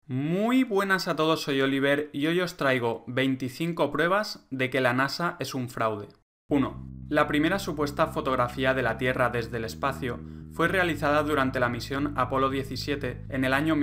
Muy buenas a todos, soy Oliver y hoy os traigo 25 pruebas de que la NASA es un fraude. 1. La primera supuesta fotografía de la Tierra desde el espacio fue realizada durante la misión Apolo 17 en el año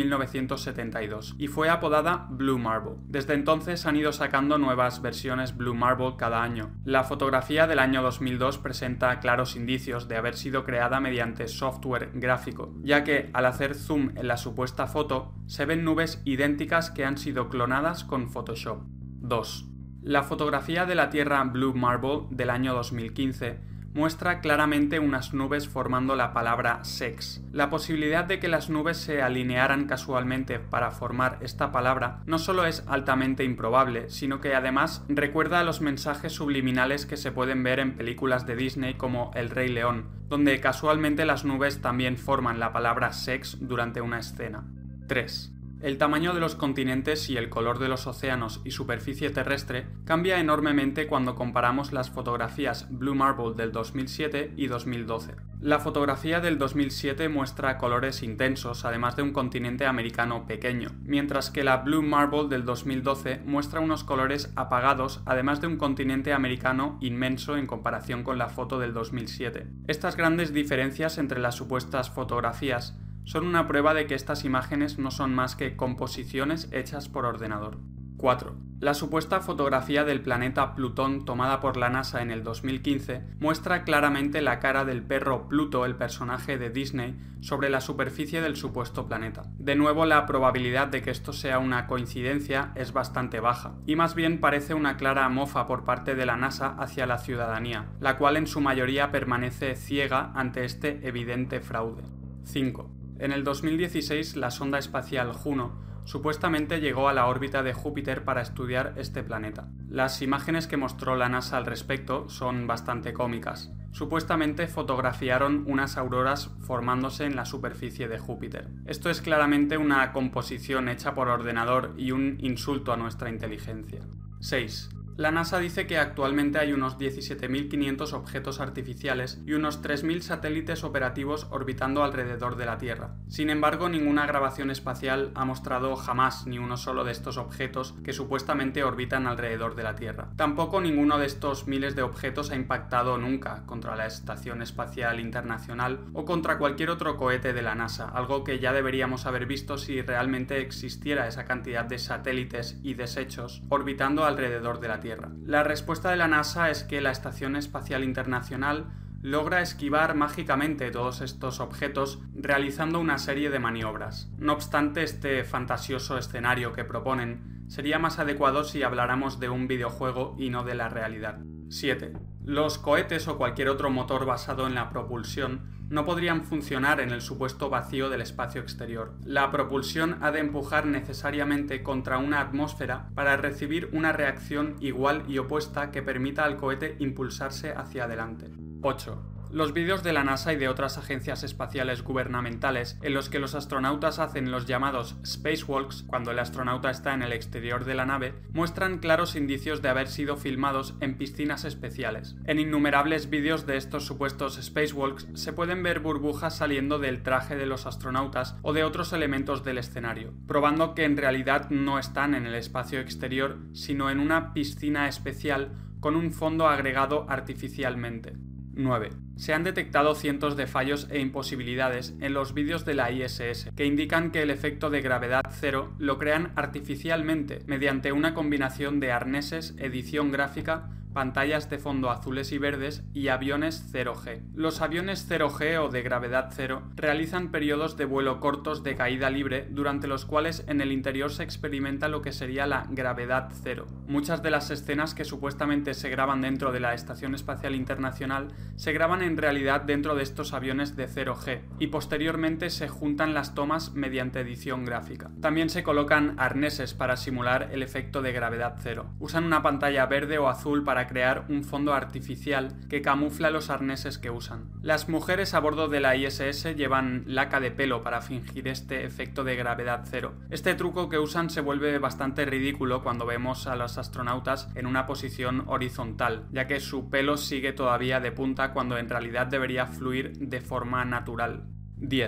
1972 y fue apodada Blue Marble. Desde entonces han ido sacando nuevas versiones Blue Marble cada año. La fotografía del año 2002 presenta claros indicios de haber sido creada mediante software gráfico, ya que al hacer zoom en la supuesta foto se ven nubes idénticas que han sido clonadas con Photoshop. 2. La fotografía de la Tierra Blue Marble del año 2015 muestra claramente unas nubes formando la palabra sex. La posibilidad de que las nubes se alinearan casualmente para formar esta palabra no solo es altamente improbable, sino que además recuerda a los mensajes subliminales que se pueden ver en películas de Disney como El Rey León, donde casualmente las nubes también forman la palabra sex durante una escena. 3. El tamaño de los continentes y el color de los océanos y superficie terrestre cambia enormemente cuando comparamos las fotografías Blue Marble del 2007 y 2012. La fotografía del 2007 muestra colores intensos, además de un continente americano pequeño, mientras que la Blue Marble del 2012 muestra unos colores apagados, además de un continente americano inmenso en comparación con la foto del 2007. Estas grandes diferencias entre las supuestas fotografías son una prueba de que estas imágenes no son más que composiciones hechas por ordenador. 4. La supuesta fotografía del planeta Plutón tomada por la NASA en el 2015 muestra claramente la cara del perro Pluto, el personaje de Disney, sobre la superficie del supuesto planeta. De nuevo, la probabilidad de que esto sea una coincidencia es bastante baja, y más bien parece una clara mofa por parte de la NASA hacia la ciudadanía, la cual en su mayoría permanece ciega ante este evidente fraude. 5. En el 2016, la sonda espacial Juno supuestamente llegó a la órbita de Júpiter para estudiar este planeta. Las imágenes que mostró la NASA al respecto son bastante cómicas. Supuestamente fotografiaron unas auroras formándose en la superficie de Júpiter. Esto es claramente una composición hecha por ordenador y un insulto a nuestra inteligencia. 6. La NASA dice que actualmente hay unos 17.500 objetos artificiales y unos 3.000 satélites operativos orbitando alrededor de la Tierra. Sin embargo, ninguna grabación espacial ha mostrado jamás ni uno solo de estos objetos que supuestamente orbitan alrededor de la Tierra. Tampoco ninguno de estos miles de objetos ha impactado nunca contra la Estación Espacial Internacional o contra cualquier otro cohete de la NASA, algo que ya deberíamos haber visto si realmente existiera esa cantidad de satélites y desechos orbitando alrededor de la Tierra. La respuesta de la NASA es que la Estación Espacial Internacional logra esquivar mágicamente todos estos objetos realizando una serie de maniobras. No obstante, este fantasioso escenario que proponen sería más adecuado si habláramos de un videojuego y no de la realidad. 7. Los cohetes o cualquier otro motor basado en la propulsión no podrían funcionar en el supuesto vacío del espacio exterior. La propulsión ha de empujar necesariamente contra una atmósfera para recibir una reacción igual y opuesta que permita al cohete impulsarse hacia adelante. 8. Los vídeos de la NASA y de otras agencias espaciales gubernamentales en los que los astronautas hacen los llamados spacewalks cuando el astronauta está en el exterior de la nave muestran claros indicios de haber sido filmados en piscinas especiales. En innumerables vídeos de estos supuestos spacewalks se pueden ver burbujas saliendo del traje de los astronautas o de otros elementos del escenario, probando que en realidad no están en el espacio exterior sino en una piscina especial con un fondo agregado artificialmente. 9. Se han detectado cientos de fallos e imposibilidades en los vídeos de la ISS que indican que el efecto de gravedad cero lo crean artificialmente mediante una combinación de arneses, edición gráfica, pantallas de fondo azules y verdes y aviones 0G. Los aviones 0G o de gravedad cero realizan periodos de vuelo cortos de caída libre durante los cuales en el interior se experimenta lo que sería la gravedad cero. Muchas de las escenas que supuestamente se graban dentro de la Estación Espacial Internacional se graban en realidad dentro de estos aviones de 0G y posteriormente se juntan las tomas mediante edición gráfica. También se colocan arneses para simular el efecto de gravedad cero. Usan una pantalla verde o azul para crear un fondo artificial que camufla los arneses que usan. Las mujeres a bordo de la ISS llevan laca de pelo para fingir este efecto de gravedad cero. Este truco que usan se vuelve bastante ridículo cuando vemos a los astronautas en una posición horizontal, ya que su pelo sigue todavía de punta cuando en realidad debería fluir de forma natural. 10.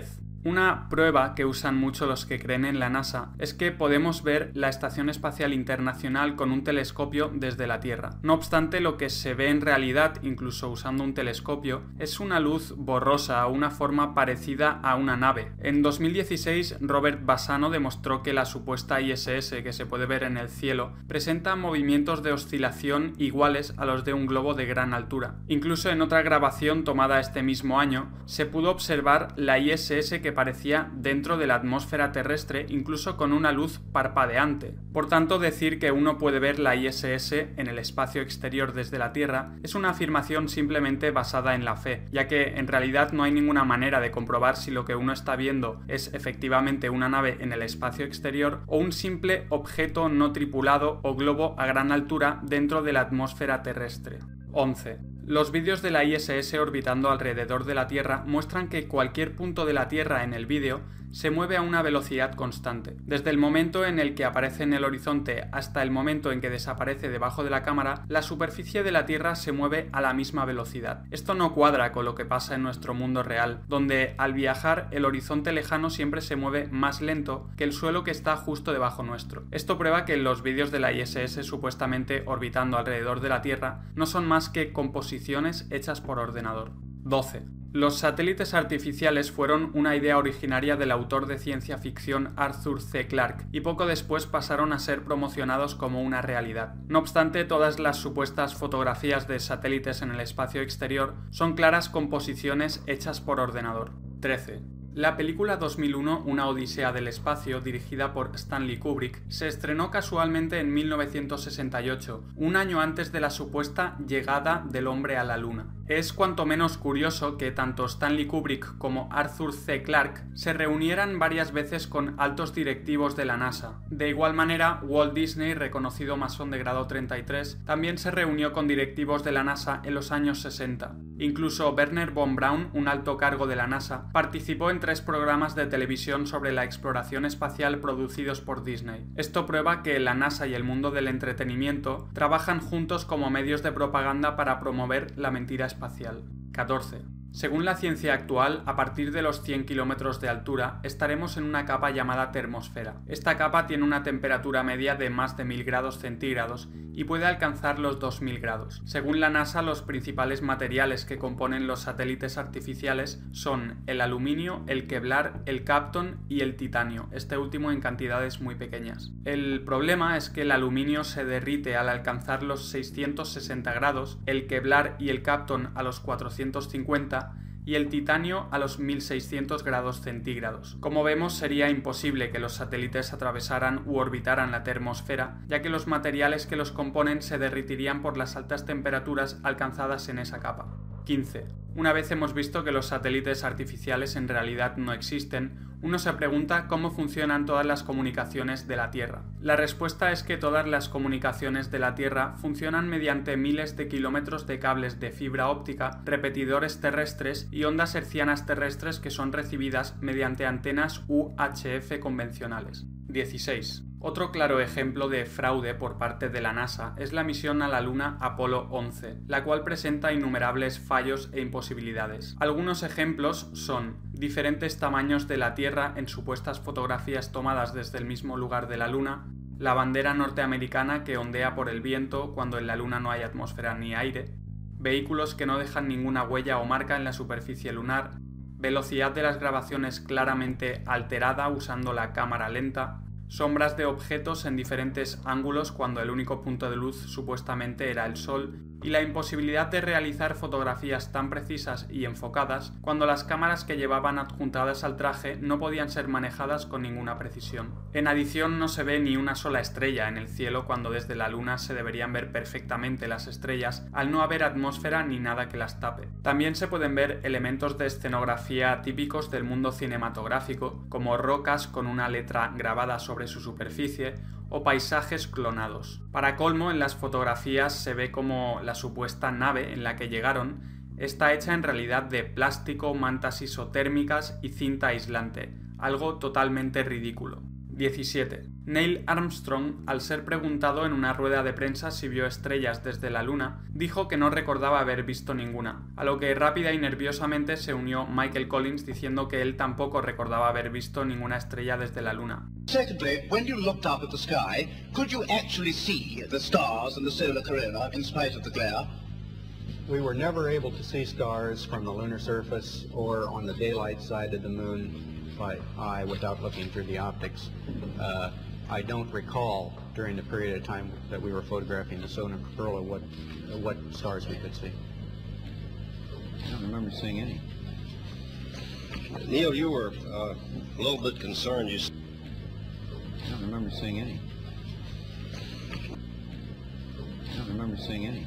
Una prueba que usan mucho los que creen en la NASA es que podemos ver la Estación Espacial Internacional con un telescopio desde la Tierra. No obstante, lo que se ve en realidad, incluso usando un telescopio, es una luz borrosa o una forma parecida a una nave. En 2016, Robert Bassano demostró que la supuesta ISS que se puede ver en el cielo presenta movimientos de oscilación iguales a los de un globo de gran altura. Incluso en otra grabación tomada este mismo año, se pudo observar la ISS que parecía dentro de la atmósfera terrestre, incluso con una luz parpadeante. Por tanto, decir que uno puede ver la ISS en el espacio exterior desde la Tierra es una afirmación simplemente basada en la fe, ya que en realidad no hay ninguna manera de comprobar si lo que uno está viendo es efectivamente una nave en el espacio exterior o un simple objeto no tripulado o globo a gran altura dentro de la atmósfera terrestre. 11. Los vídeos de la ISS orbitando alrededor de la Tierra muestran que cualquier punto de la Tierra en el vídeo se mueve a una velocidad constante. Desde el momento en el que aparece en el horizonte hasta el momento en que desaparece debajo de la cámara, la superficie de la Tierra se mueve a la misma velocidad. Esto no cuadra con lo que pasa en nuestro mundo real, donde al viajar el horizonte lejano siempre se mueve más lento que el suelo que está justo debajo nuestro. Esto prueba que los vídeos de la ISS supuestamente orbitando alrededor de la Tierra no son más que composiciones hechas por ordenador. 12. Los satélites artificiales fueron una idea originaria del autor de ciencia ficción Arthur C. Clarke y poco después pasaron a ser promocionados como una realidad. No obstante, todas las supuestas fotografías de satélites en el espacio exterior son claras composiciones hechas por ordenador. 13. La película 2001, Una odisea del espacio, dirigida por Stanley Kubrick, se estrenó casualmente en 1968, un año antes de la supuesta llegada del hombre a la Luna. Es cuanto menos curioso que tanto Stanley Kubrick como Arthur C. Clarke se reunieran varias veces con altos directivos de la NASA. De igual manera, Walt Disney, reconocido masón de grado 33, también se reunió con directivos de la NASA en los años 60. Incluso Wernher von Braun, un alto cargo de la NASA, participó en 3 programas de televisión sobre la exploración espacial producidos por Disney. Esto prueba que la NASA y el mundo del entretenimiento trabajan juntos como medios de propaganda para promover la mentira espacial. 14. Según la ciencia actual, a partir de los 100 kilómetros de altura estaremos en una capa llamada termosfera. Esta capa tiene una temperatura media de más de 1000 grados centígrados y puede alcanzar los 2000 grados. Según la NASA, los principales materiales que componen los satélites artificiales son el aluminio, el Kevlar, el Kapton y el titanio, este último en cantidades muy pequeñas. El problema es que el aluminio se derrite al alcanzar los 660 grados, el Kevlar y el Kapton a los 450 y el titanio a los 1600 grados centígrados. Como vemos, sería imposible que los satélites atravesaran u orbitaran la termosfera, ya que los materiales que los componen se derritirían por las altas temperaturas alcanzadas en esa capa. 15. Una vez hemos visto que los satélites artificiales en realidad no existen, uno se pregunta cómo funcionan todas las comunicaciones de la Tierra. La respuesta es que todas las comunicaciones de la Tierra funcionan mediante miles de kilómetros de cables de fibra óptica, repetidores terrestres y ondas hertzianas terrestres que son recibidas mediante antenas UHF convencionales. 16. Otro claro ejemplo de fraude por parte de la NASA es la misión a la Luna Apolo 11, la cual presenta innumerables fallos e imposibilidades. Algunos ejemplos son diferentes tamaños de la Tierra en supuestas fotografías tomadas desde el mismo lugar de la Luna, la bandera norteamericana que ondea por el viento cuando en la Luna no hay atmósfera ni aire, vehículos que no dejan ninguna huella o marca en la superficie lunar, velocidad de las grabaciones claramente alterada usando la cámara lenta, sombras de objetos en diferentes ángulos cuando el único punto de luz supuestamente era el Sol, y la imposibilidad de realizar fotografías tan precisas y enfocadas cuando las cámaras que llevaban adjuntadas al traje no podían ser manejadas con ninguna precisión. En adición, no se ve ni una sola estrella en el cielo cuando desde la Luna se deberían ver perfectamente las estrellas al no haber atmósfera ni nada que las tape. También se pueden ver elementos de escenografía típicos del mundo cinematográfico, como rocas con una letra grabada sobre su superficie, o paisajes clonados. Para colmo, en las fotografías se ve como la supuesta nave en la que llegaron está hecha en realidad de plástico, mantas isotérmicas y cinta aislante, algo totalmente ridículo. 17. Neil Armstrong, al ser preguntado en una rueda de prensa si vio estrellas desde la Luna, dijo que no recordaba haber visto ninguna, a lo que rápida y nerviosamente se unió Michael Collins diciendo que él tampoco recordaba haber visto ninguna estrella desde la Luna. Secondly, when you looked up at the sky, could you actually see the stars and the solar corona in spite of the glare? We were never able to see stars from the lunar surface or on the daylight side of the moon by eye without looking through the optics. I don't recall during the period of time that we were photographing the solar corona what stars we could see. I don't remember seeing any. Neil, you were a little bit concerned. I don't remember seeing any. I don't remember seeing any.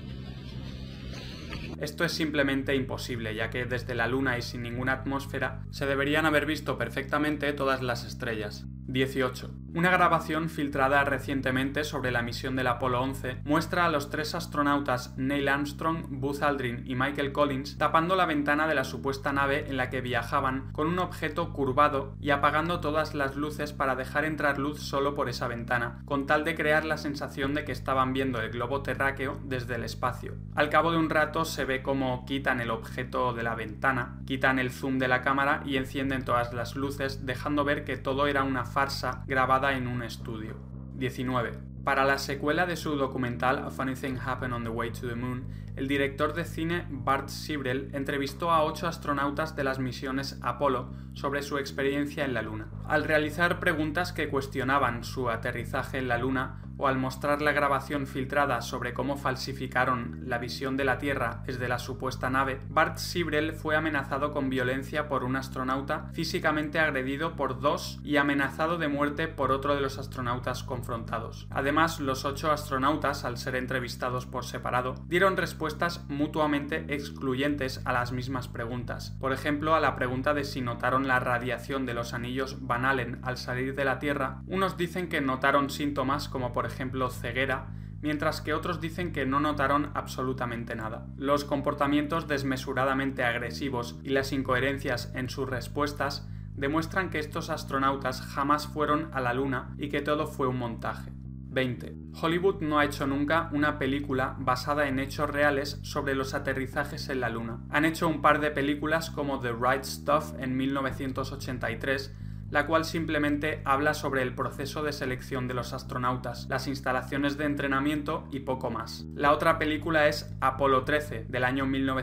Esto es simplemente imposible, ya que desde la Luna y sin ninguna atmósfera se deberían haber visto perfectamente todas las estrellas. 18. Una grabación filtrada recientemente sobre la misión del Apolo 11 muestra a los 3 astronautas Neil Armstrong, Buzz Aldrin y Michael Collins tapando la ventana de la supuesta nave en la que viajaban con un objeto curvado y apagando todas las luces para dejar entrar luz solo por esa ventana, con tal de crear la sensación de que estaban viendo el globo terráqueo desde el espacio. Al cabo de un rato se ve cómo quitan el objeto de la ventana, quitan el zoom de la cámara y encienden todas las luces, dejando ver que todo era una farsa grabada en un estudio. 19. Para la secuela de su documental A Funny Thing Happened on the Way to the Moon, el director de cine Bart Sibrel entrevistó a 8 astronautas de las misiones Apolo sobre su experiencia en la Luna. Al realizar preguntas que cuestionaban su aterrizaje en la Luna o al mostrar la grabación filtrada sobre cómo falsificaron la visión de la Tierra desde la supuesta nave, Bart Sibrel fue amenazado con violencia por un astronauta, físicamente agredido por 2 y amenazado de muerte por otro de los astronautas confrontados. Además, los 8 astronautas, al ser entrevistados por separado, dieron respuestas mutuamente excluyentes a las mismas preguntas. Por ejemplo, a la pregunta de si notaron la radiación de los anillos Van Allen al salir de la Tierra, unos dicen que notaron síntomas como por ejemplo ceguera, mientras que otros dicen que no notaron absolutamente nada. Los comportamientos desmesuradamente agresivos y las incoherencias en sus respuestas demuestran que estos astronautas jamás fueron a la Luna y que todo fue un montaje. 20. Hollywood no ha hecho nunca una película basada en hechos reales sobre los aterrizajes en la Luna. Han hecho un par de películas como The Right Stuff en 1983, la cual simplemente habla sobre el proceso de selección de los astronautas, las instalaciones de entrenamiento y poco más. La otra película es Apolo 13, del año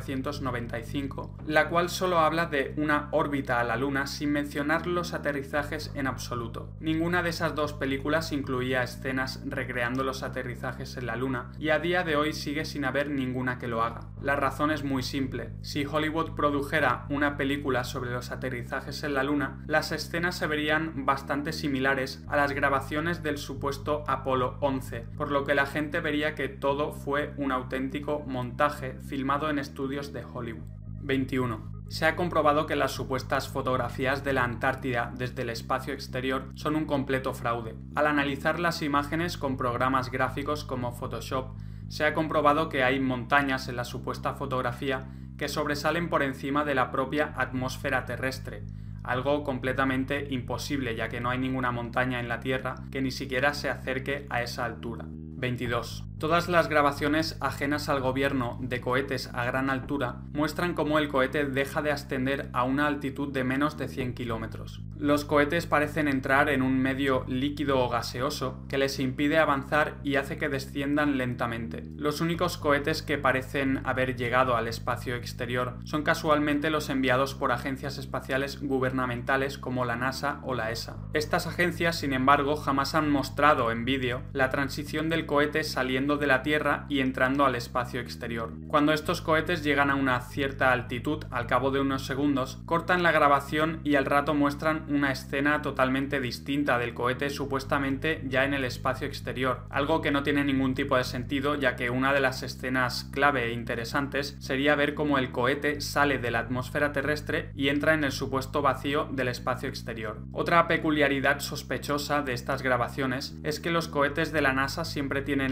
1995, la cual solo habla de una órbita a la Luna sin mencionar los aterrizajes en absoluto. Ninguna de esas dos películas incluía escenas recreando los aterrizajes en la Luna, y a día de hoy sigue sin haber ninguna que lo haga. La razón es muy simple. Si Hollywood produjera una película sobre los aterrizajes en la Luna, las escenas se verían bastante similares a las grabaciones del supuesto Apolo 11, por lo que la gente vería que todo fue un auténtico montaje filmado en estudios de Hollywood. 21. Se ha comprobado que las supuestas fotografías de la Antártida desde el espacio exterior son un completo fraude. Al analizar las imágenes con programas gráficos como Photoshop, se ha comprobado que hay montañas en la supuesta fotografía que sobresalen por encima de la propia atmósfera terrestre, algo completamente imposible ya que no hay ninguna montaña en la Tierra que ni siquiera se acerque a esa altura. 22. Todas las grabaciones ajenas al gobierno de cohetes a gran altura muestran cómo el cohete deja de ascender a una altitud de menos de 100 kilómetros. Los cohetes parecen entrar en un medio líquido o gaseoso que les impide avanzar y hace que desciendan lentamente. Los únicos cohetes que parecen haber llegado al espacio exterior son casualmente los enviados por agencias espaciales gubernamentales como la NASA o la ESA. Estas agencias, sin embargo, jamás han mostrado en vídeo la transición del cohete saliendo de la Tierra y entrando al espacio exterior. Cuando estos cohetes llegan a una cierta altitud, al cabo de unos segundos, cortan la grabación y al rato muestran una escena totalmente distinta del cohete supuestamente ya en el espacio exterior, algo que no tiene ningún tipo de sentido, ya que una de las escenas clave e interesantes sería ver cómo el cohete sale de la atmósfera terrestre y entra en el supuesto vacío del espacio exterior. Otra peculiaridad sospechosa de estas grabaciones es que los cohetes de la NASA siempre tienen la cámara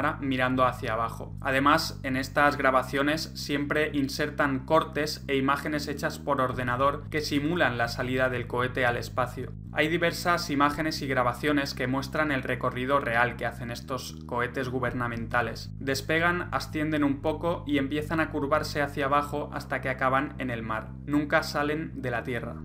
cámara mirando hacia abajo. Además, en estas grabaciones siempre insertan cortes e imágenes hechas por ordenador que simulan la salida del cohete al espacio. Hay diversas imágenes y grabaciones que muestran el recorrido real que hacen estos cohetes gubernamentales. Despegan, ascienden un poco y empiezan a curvarse hacia abajo hasta que acaban en el mar. Nunca salen de la Tierra.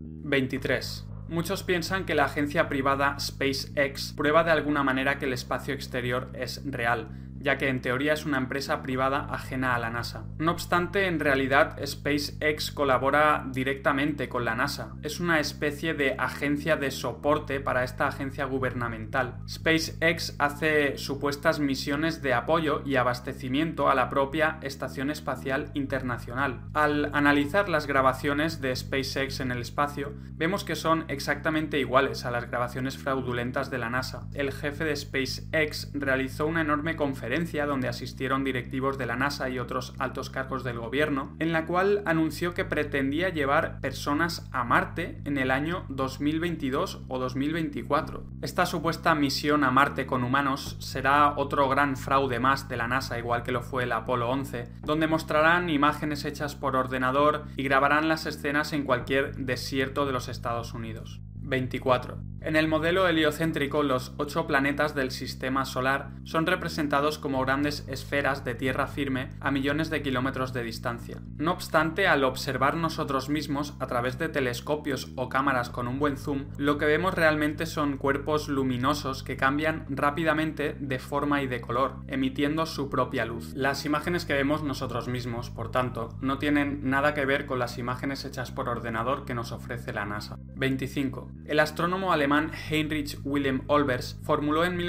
23. Muchos piensan que la agencia privada SpaceX prueba de alguna manera que el espacio exterior es real, ya que en teoría es una empresa privada ajena a la NASA. No obstante, en realidad SpaceX colabora directamente con la NASA. Es una especie de agencia de soporte para esta agencia gubernamental. SpaceX hace supuestas misiones de apoyo y abastecimiento a la propia Estación Espacial Internacional. Al analizar las grabaciones de SpaceX en el espacio, vemos que son exactamente iguales a las grabaciones fraudulentas de la NASA. El jefe de SpaceX realizó una enorme conferencia donde asistieron directivos de la NASA y otros altos cargos del gobierno, en la cual anunció que pretendía llevar personas a Marte en el año 2022 o 2024. Esta supuesta misión a Marte con humanos será otro gran fraude más de la NASA, igual que lo fue el Apolo 11, donde mostrarán imágenes hechas por ordenador y grabarán las escenas en cualquier desierto de los Estados Unidos. 24. En el modelo heliocéntrico, los 8 planetas del sistema solar son representados como grandes esferas de tierra firme a millones de kilómetros de distancia. No obstante, al observar nosotros mismos a través de telescopios o cámaras con un buen zoom, lo que vemos realmente son cuerpos luminosos que cambian rápidamente de forma y de color, emitiendo su propia luz. Las imágenes que vemos nosotros mismos, por tanto, no tienen nada que ver con las imágenes hechas por ordenador que nos ofrece la NASA. 25. El astrónomo alemán Heinrich Wilhelm Olbers formuló en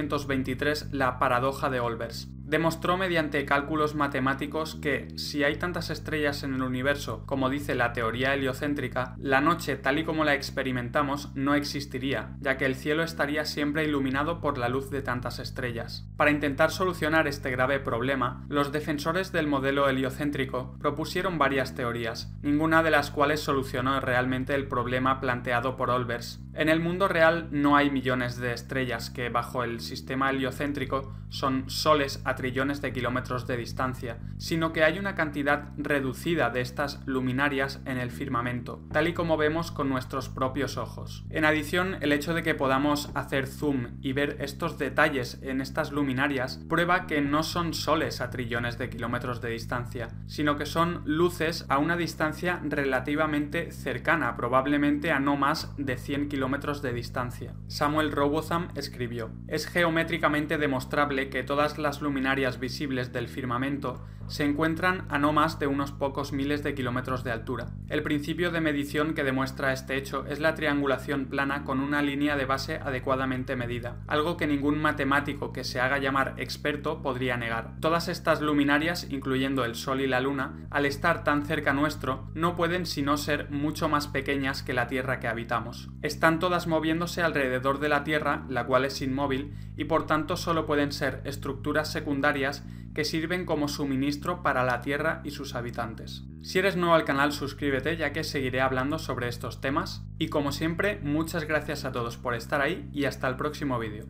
1823 la paradoja de Olbers. Demostró mediante cálculos matemáticos que, si hay tantas estrellas en el universo como dice la teoría heliocéntrica, la noche tal y como la experimentamos no existiría, ya que el cielo estaría siempre iluminado por la luz de tantas estrellas. Para intentar solucionar este grave problema, los defensores del modelo heliocéntrico propusieron varias teorías, ninguna de las cuales solucionó realmente el problema planteado por Olbers. En el mundo real no hay millones de estrellas que, bajo el sistema heliocéntrico, son soles a trillones de kilómetros de distancia, sino que hay una cantidad reducida de estas luminarias en el firmamento, tal y como vemos con nuestros propios ojos. En adición, el hecho de que podamos hacer zoom y ver estos detalles en estas luminarias prueba que no son soles a trillones de kilómetros de distancia, sino que son luces a una distancia relativamente cercana, probablemente a no más de 100 kilómetros de distancia. Samuel Robotham escribió: "Es geométricamente demostrable que todas las luminarias visibles del firmamento se encuentran a no más de unos pocos miles de kilómetros de altura. El principio de medición que demuestra este hecho es la triangulación plana con una línea de base adecuadamente medida, algo que ningún matemático que se haga llamar experto podría negar. Todas estas luminarias, incluyendo el Sol y la Luna, al estar tan cerca nuestro, no pueden sino ser mucho más pequeñas que la Tierra que habitamos. Están todas moviéndose alrededor de la Tierra, la cual es inmóvil, y por tanto solo pueden ser estructuras secundarias que sirven como suministro para la Tierra y sus habitantes". Si eres nuevo al canal, suscríbete, ya que seguiré hablando sobre estos temas. Y como siempre, muchas gracias a todos por estar ahí y hasta el próximo vídeo.